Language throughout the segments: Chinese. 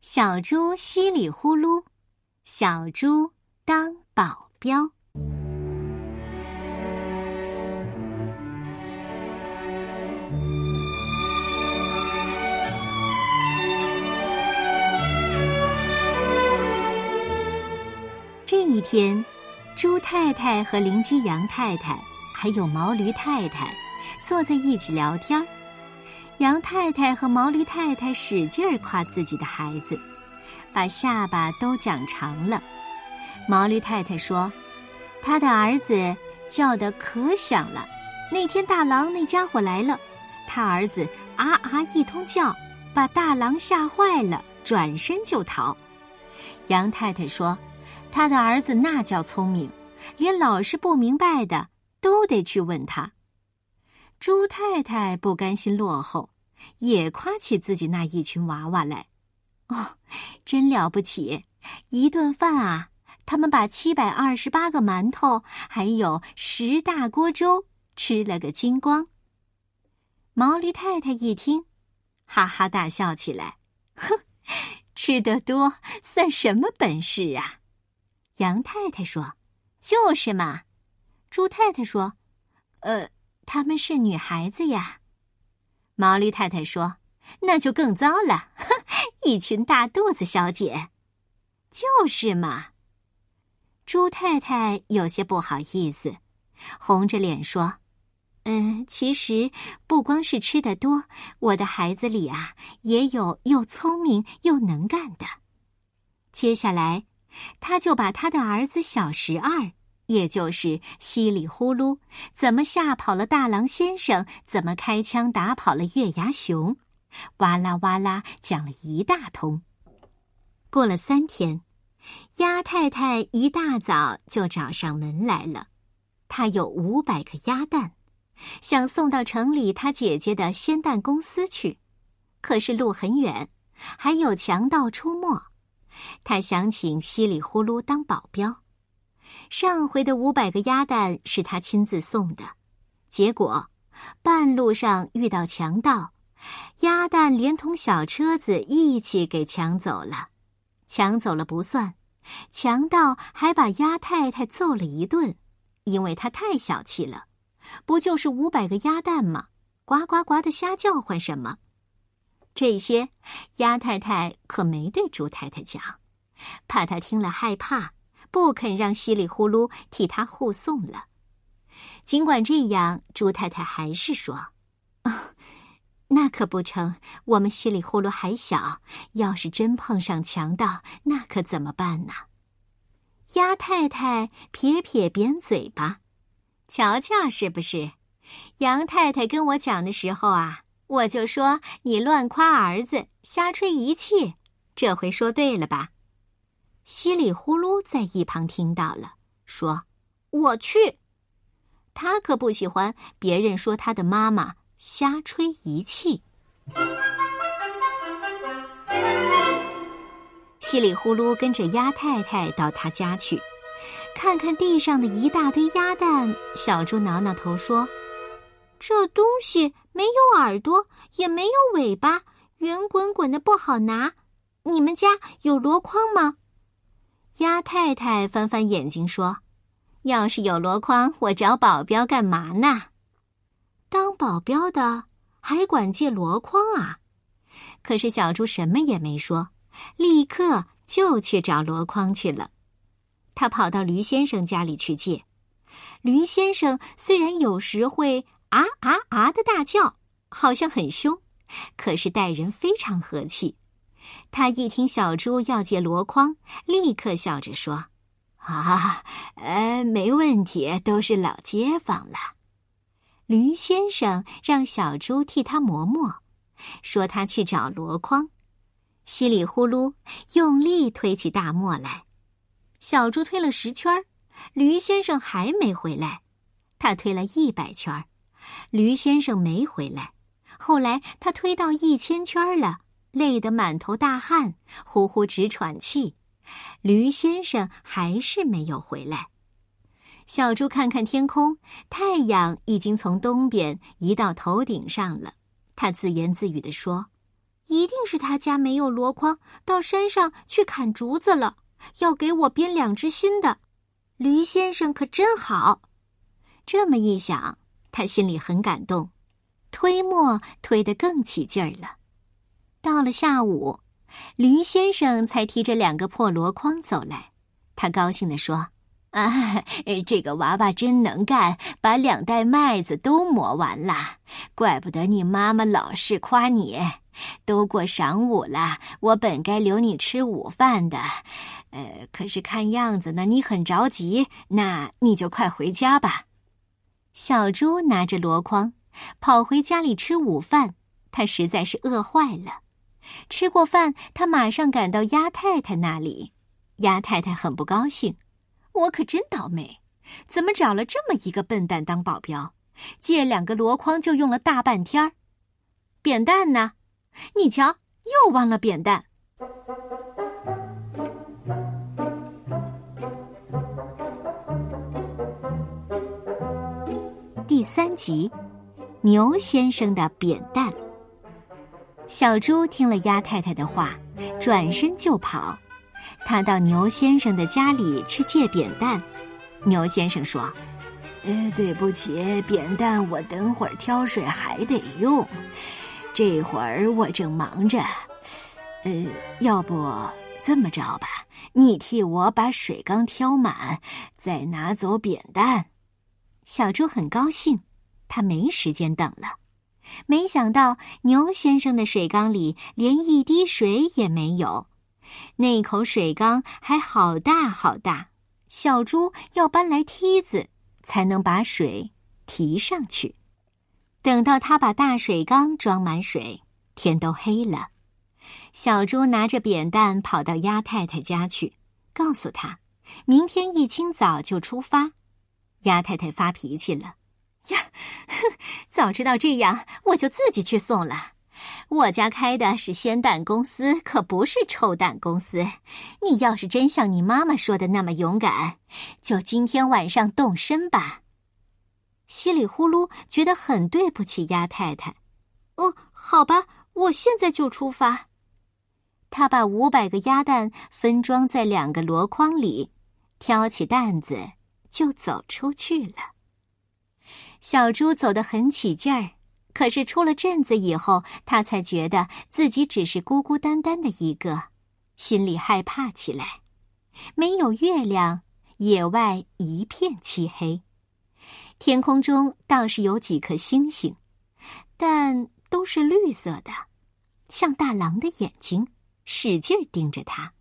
小猪稀里呼噜，小猪当保镖。这一天，猪太太和邻居羊太太还有毛驴太太坐在一起聊天。羊太太和毛驴太太使劲儿夸自己的孩子，把下巴都讲长了。毛驴太太说，他的儿子叫得可响了，那天大狼那家伙来了，他儿子啊啊一通叫，把大狼吓坏了，转身就逃。羊太太说，他的儿子那叫聪明，连老是不明白的都得去问他。猪太太不甘心落后，也夸起自己那一群娃娃来。哦，真了不起，一顿饭啊，他们把728个馒头还有10大锅粥吃了个精光。毛驴太太一听，哈哈大笑起来，哼，吃得多算什么本事啊？羊太太说，就是嘛。猪太太说，他们是女孩子呀。毛驴太太说，那就更糟了，哼，一群大肚子小姐。就是嘛。猪太太有些不好意思，红着脸说，其实不光是吃得多，我的孩子里啊，也有又聪明又能干的。接下来，他就把他的儿子小12，也就是稀里呼噜，怎么吓跑了大狼先生，怎么开枪打跑了月牙熊，哇啦哇啦讲了一大通。过了3天，鸭太太一大早就找上门来了，她有500个鸭蛋，想送到城里她姐姐的鲜蛋公司去，可是路很远，还有强盗出没，她想请稀里呼噜当保镖。上回的500个鸭蛋是他亲自送的，结果半路上遇到强盗，鸭蛋连同小车子一起给抢走了。抢走了不算，强盗还把鸭太太揍了一顿，因为他太小气了，不就是500个鸭蛋吗？呱呱呱的瞎叫唤什么？这些鸭太太可没对猪太太讲，怕她听了害怕，不肯让稀里呼噜替他护送了。尽管这样，猪太太还是说，那可不成，我们稀里呼噜还小，要是真碰上强盗，那可怎么办呢？鸭太太撇撇扁嘴巴，瞧瞧是不是？羊太太跟我讲的时候啊，我就说你乱夸儿子，瞎吹一气，这回说对了吧？稀里呼噜在一旁听到了，说，我去。他可不喜欢别人说他的妈妈瞎吹一气。稀里呼噜跟着鸭太太到他家去，看看地上的一大堆鸭蛋，小猪挠挠头说，这东西没有耳朵，也没有尾巴，圆滚滚的不好拿，你们家有箩筐吗？鸭太太翻翻眼睛说，要是有箩筐，我找保镖干嘛呢？当保镖的还管借箩筐啊？可是小猪什么也没说，立刻就去找箩筐去了。他跑到驴先生家里去借。驴先生虽然有时会啊啊啊的大叫，好像很凶，可是待人非常和气。他一听小猪要借箩筐，立刻笑着说，没问题，都是老街坊了。驴先生让小猪替他磨磨，说他去找箩筐。稀里呼噜用力推起大磨来，小猪推了10圈，驴先生还没回来。他推了100圈，驴先生没回来。后来他推到1000圈了，累得满头大汗，呼呼直喘气，驴先生还是没有回来。小猪看看天空，太阳已经从东边移到头顶上了。他自言自语地说， 一定是他家没有箩筐，到山上去砍竹子了，要给我编2只新的。驴先生可真好。这么一想，他心里很感动，推磨推得更起劲儿了。到了下午，驴先生才提着2个破箩筐走来，他高兴地说：这个娃娃真能干，把2袋麦子都磨完了，怪不得你妈妈老是夸你。都过晌午了，我本该留你吃午饭的，可是看样子呢，你很着急，那你就快回家吧。小猪拿着箩筐跑回家里吃午饭，他实在是饿坏了。吃过饭，他马上赶到鸭太太那里。鸭太太很不高兴：我可真倒霉，怎么找了这么一个笨蛋当保镖，借2个箩筐就用了大半天儿。扁担呢？你瞧，又忘了扁担。第3集，牛先生的扁担。小猪听了鸭太太的话，转身就跑。他到牛先生的家里去借扁担。牛先生说：对不起，扁担我等会儿挑水还得用，这会儿我正忙着。要不这么着吧，你替我把水缸挑满，再拿走扁担。小猪很高兴，他没时间等了。没想到牛先生的水缸里连一滴水也没有，那口水缸还好大好大，小猪要搬来梯子才能把水提上去。等到他把大水缸装满水，天都黑了。小猪拿着扁担跑到鸭太太家去，告诉她明天一清早就出发。鸭太太发脾气了：呀，早知道这样，我就自己去送了。我家开的是鲜蛋公司，可不是臭蛋公司。你要是真像你妈妈说的那么勇敢，就今天晚上动身吧。稀里呼噜觉得很对不起鸭太太。好吧，我现在就出发。他把500个鸭蛋分装在2个箩筐里，挑起担子就走出去了。小猪走得很起劲儿，可是出了镇子以后，他才觉得自己只是孤孤单单的一个，心里害怕起来。没有月亮，野外一片漆黑。天空中倒是有几颗星星，但都是绿色的，像大狼的眼睛，使劲盯着他。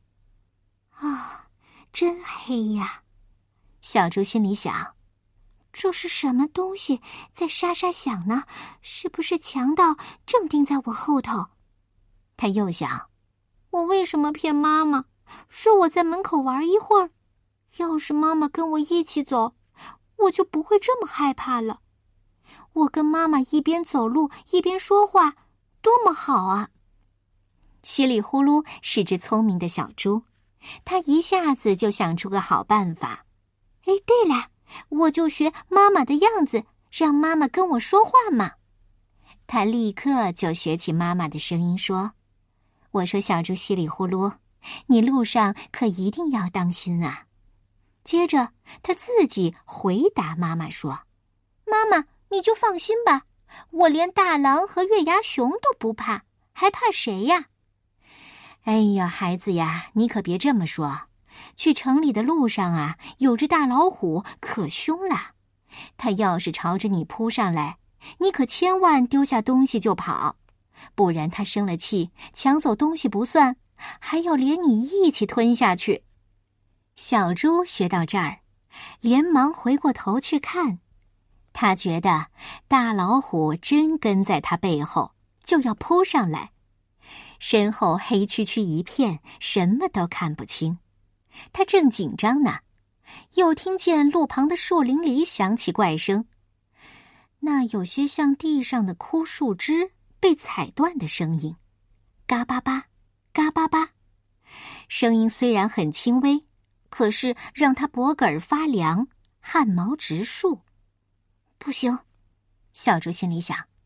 真黑呀！小猪心里想，这是什么东西在沙沙响呢？是不是强盗正盯在我后头？他又想，我为什么骗妈妈，说我在门口玩一会儿？要是妈妈跟我一起走，我就不会这么害怕了。我跟妈妈一边走路一边说话，多么好啊！稀里呼噜是只聪明的小猪，他一下子就想出个好办法。对了，我就学妈妈的样子，让妈妈跟我说话嘛。他立刻就学起妈妈的声音说：我说小猪稀里呼噜，你路上可一定要当心啊。接着他自己回答妈妈说：妈妈，你就放心吧，我连大狼和月牙熊都不怕，还怕谁呀？哎呀，孩子呀，你可别这么说。去城里的路上啊，有只大老虎，可凶了。它要是朝着你扑上来，你可千万丢下东西就跑，不然它生了气，抢走东西不算，还要连你一起吞下去。小猪学到这儿，连忙回过头去看，他觉得大老虎真跟在他背后，就要扑上来。身后黑黢黢一片，什么都看不清。他正紧张呢，又听见路旁的树林里响起怪声，那有些像地上的枯树枝被踩断的声音，嘎巴巴，嘎巴巴。声音虽然很轻微，可是让他脖梗发凉，汗毛直竖。不行，小猪心里想，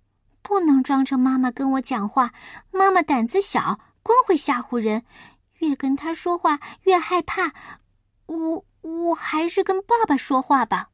不能装着妈妈跟我讲话，妈妈胆子小，光会吓唬人，越跟她说话越害怕。我还是跟爸爸说话吧。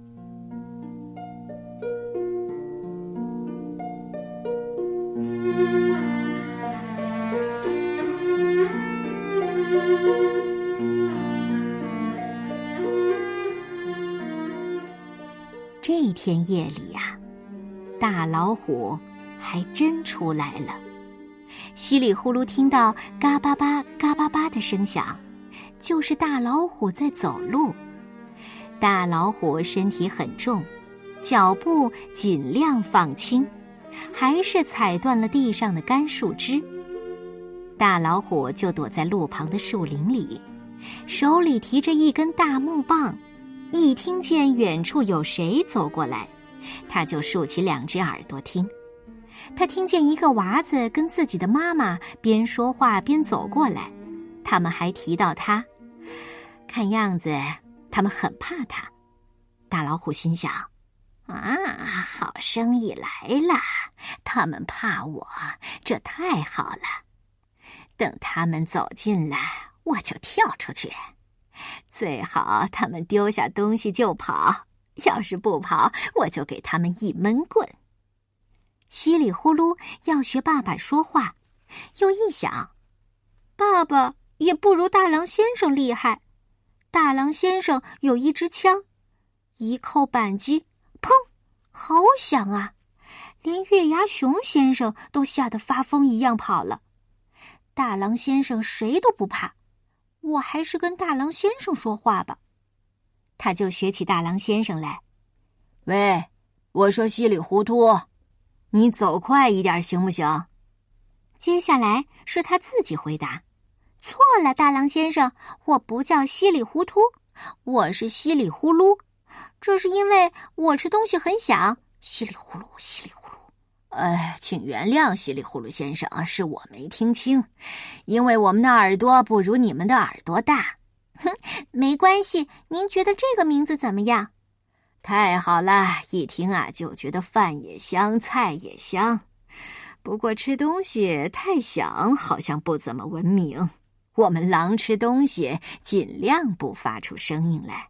这天夜里呀，大老虎还真出来了。稀里呼噜听到嘎巴巴嘎巴巴的声响，就是大老虎在走路。大老虎身体很重，脚步尽量放轻，还是踩断了地上的干树枝。大老虎就躲在路旁的树林里，手里提着一根大木棒，一听见远处有谁走过来，他就竖起2只耳朵听。他听见一个娃子跟自己的妈妈边说话边走过来，他们还提到他，看样子他们很怕他。大老虎心想，好生意来了，他们怕我，这太好了。等他们走近了，我就跳出去，最好他们丢下东西就跑，要是不跑，我就给他们一闷棍。稀里呼噜要学爸爸说话，又一想，爸爸也不如大狼先生厉害。大狼先生有一支枪，一扣扳机，砰，好响啊！连月牙熊先生都吓得发疯一样跑了。大狼先生谁都不怕，我还是跟大狼先生说话吧。他就学起大狼先生来，喂，我说稀里糊涂，你走快一点行不行？接下来是他自己回答，错了，大狼先生，我不叫稀里糊涂，我是稀里呼噜，这是因为我吃东西很响，稀里呼噜稀里呼噜。请原谅稀里呼噜先生，是我没听清，因为我们的耳朵不如你们的耳朵大。没关系，您觉得这个名字怎么样？太好了，一听就觉得饭也香，菜也香。不过吃东西太响，好像不怎么文明。我们狼吃东西尽量不发出声音来。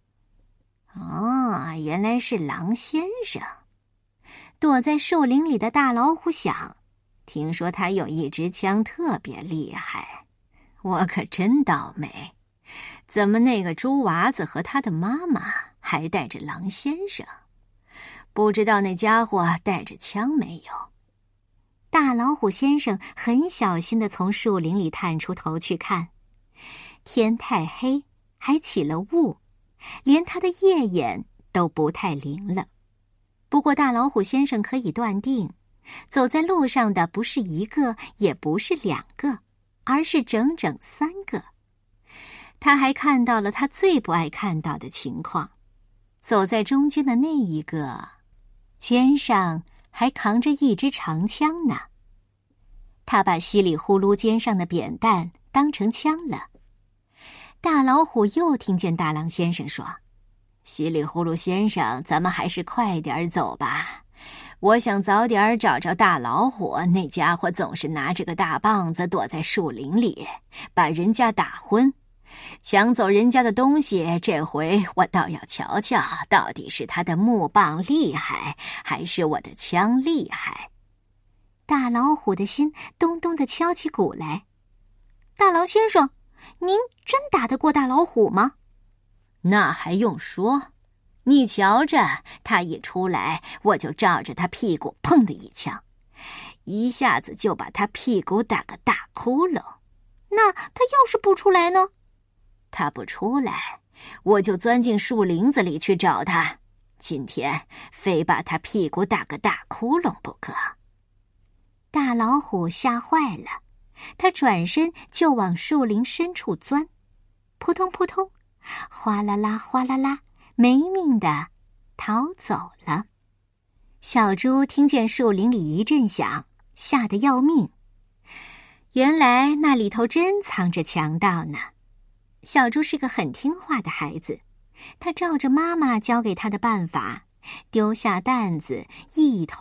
原来是狼先生。躲在树林里的大老虎想，听说他有一支枪特别厉害，我可真倒霉。怎么那个猪娃子和他的妈妈还带着狼先生？不知道那家伙带着枪没有？大老虎先生很小心地从树林里探出头去看，天太黑，还起了雾，连他的夜眼都不太灵了。不过大老虎先生可以断定，走在路上的不是一个，也不是2个，而是整整3个。他还看到了他最不爱看到的情况，走在中间的那一个，肩上还扛着一支长枪呢。他把稀里呼噜肩上的扁担当成枪了。大老虎又听见大狼先生说，稀里呼噜先生，咱们还是快点走吧。我想早点找着大老虎，那家伙总是拿着个大棒子躲在树林里，把人家打昏，抢走人家的东西。这回我倒要瞧瞧，到底是他的木棒厉害，还是我的枪厉害。大老虎的心咚咚地敲起鼓来。大狼先生，您真打得过大老虎吗？那还用说，你瞧着，他一出来，我就照着他屁股砰的一枪，一下子就把他屁股打个大窟窿。那他要是不出来呢？他不出来，我就钻进树林子里去找他，今天非把他屁股打个大窟窿不可。大老虎吓坏了，他转身就往树林深处钻，扑通扑通，哗啦啦哗啦啦，没命地逃走了。小猪听见树林里一阵响，吓得要命。原来那里头真藏着强盗呢。小猪是个很听话的孩子，他照着妈妈教给他的办法，丢下担子，一头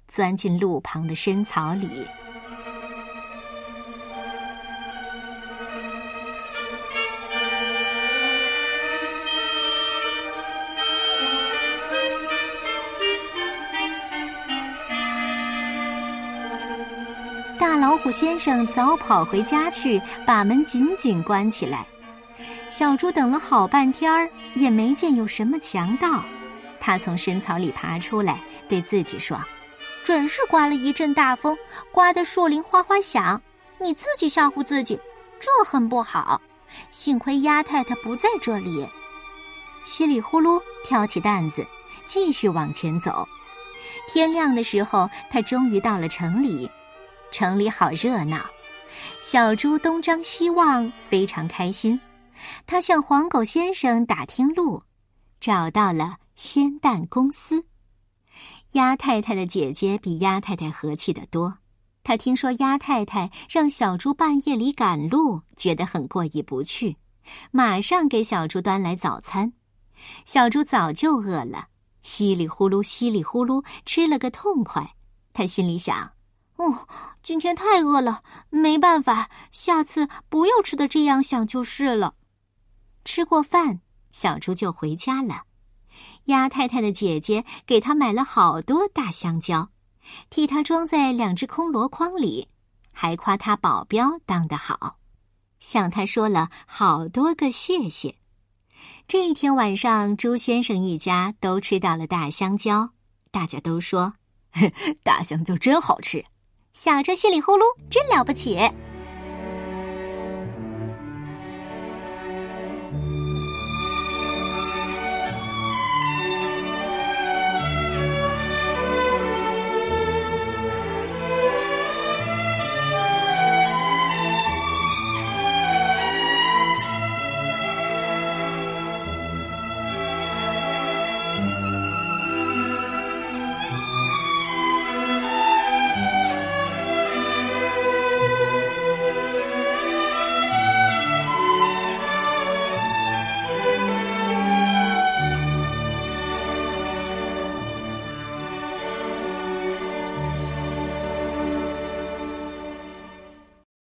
钻进路旁的深草里。大老虎先生早跑回家去，把门紧紧关起来。小猪等了好半天儿，也没见有什么强盗。他从深草里爬出来，对自己说：“准是刮了一阵大风，刮得树林哗哗响。你自己吓唬自己，这很不好。幸亏鸭太太不在这里。”稀里呼噜挑起担子，继续往前走。天亮的时候，他终于到了城里。城里好热闹，小猪东张西望，非常开心。他向黄狗先生打听路，找到了鲜蛋公司。鸭太太的姐姐比鸭太太和气得多，她听说鸭太太让小猪半夜里赶路，觉得很过意不去，马上给小猪端来早餐。小猪早就饿了，稀里呼噜稀里呼噜吃了个痛快。他心里想：今天太饿了，没办法，下次不要吃的这样想就是了。吃过饭，小猪就回家了。鸭太太的姐姐给他买了好多大香蕉，替他装在2只空箩筐里，还夸他保镖当得好，向他说了好多个谢谢。这一天晚上，猪先生一家都吃到了大香蕉，大家都说：“大香蕉真好吃。”小猪稀里呼噜真了不起。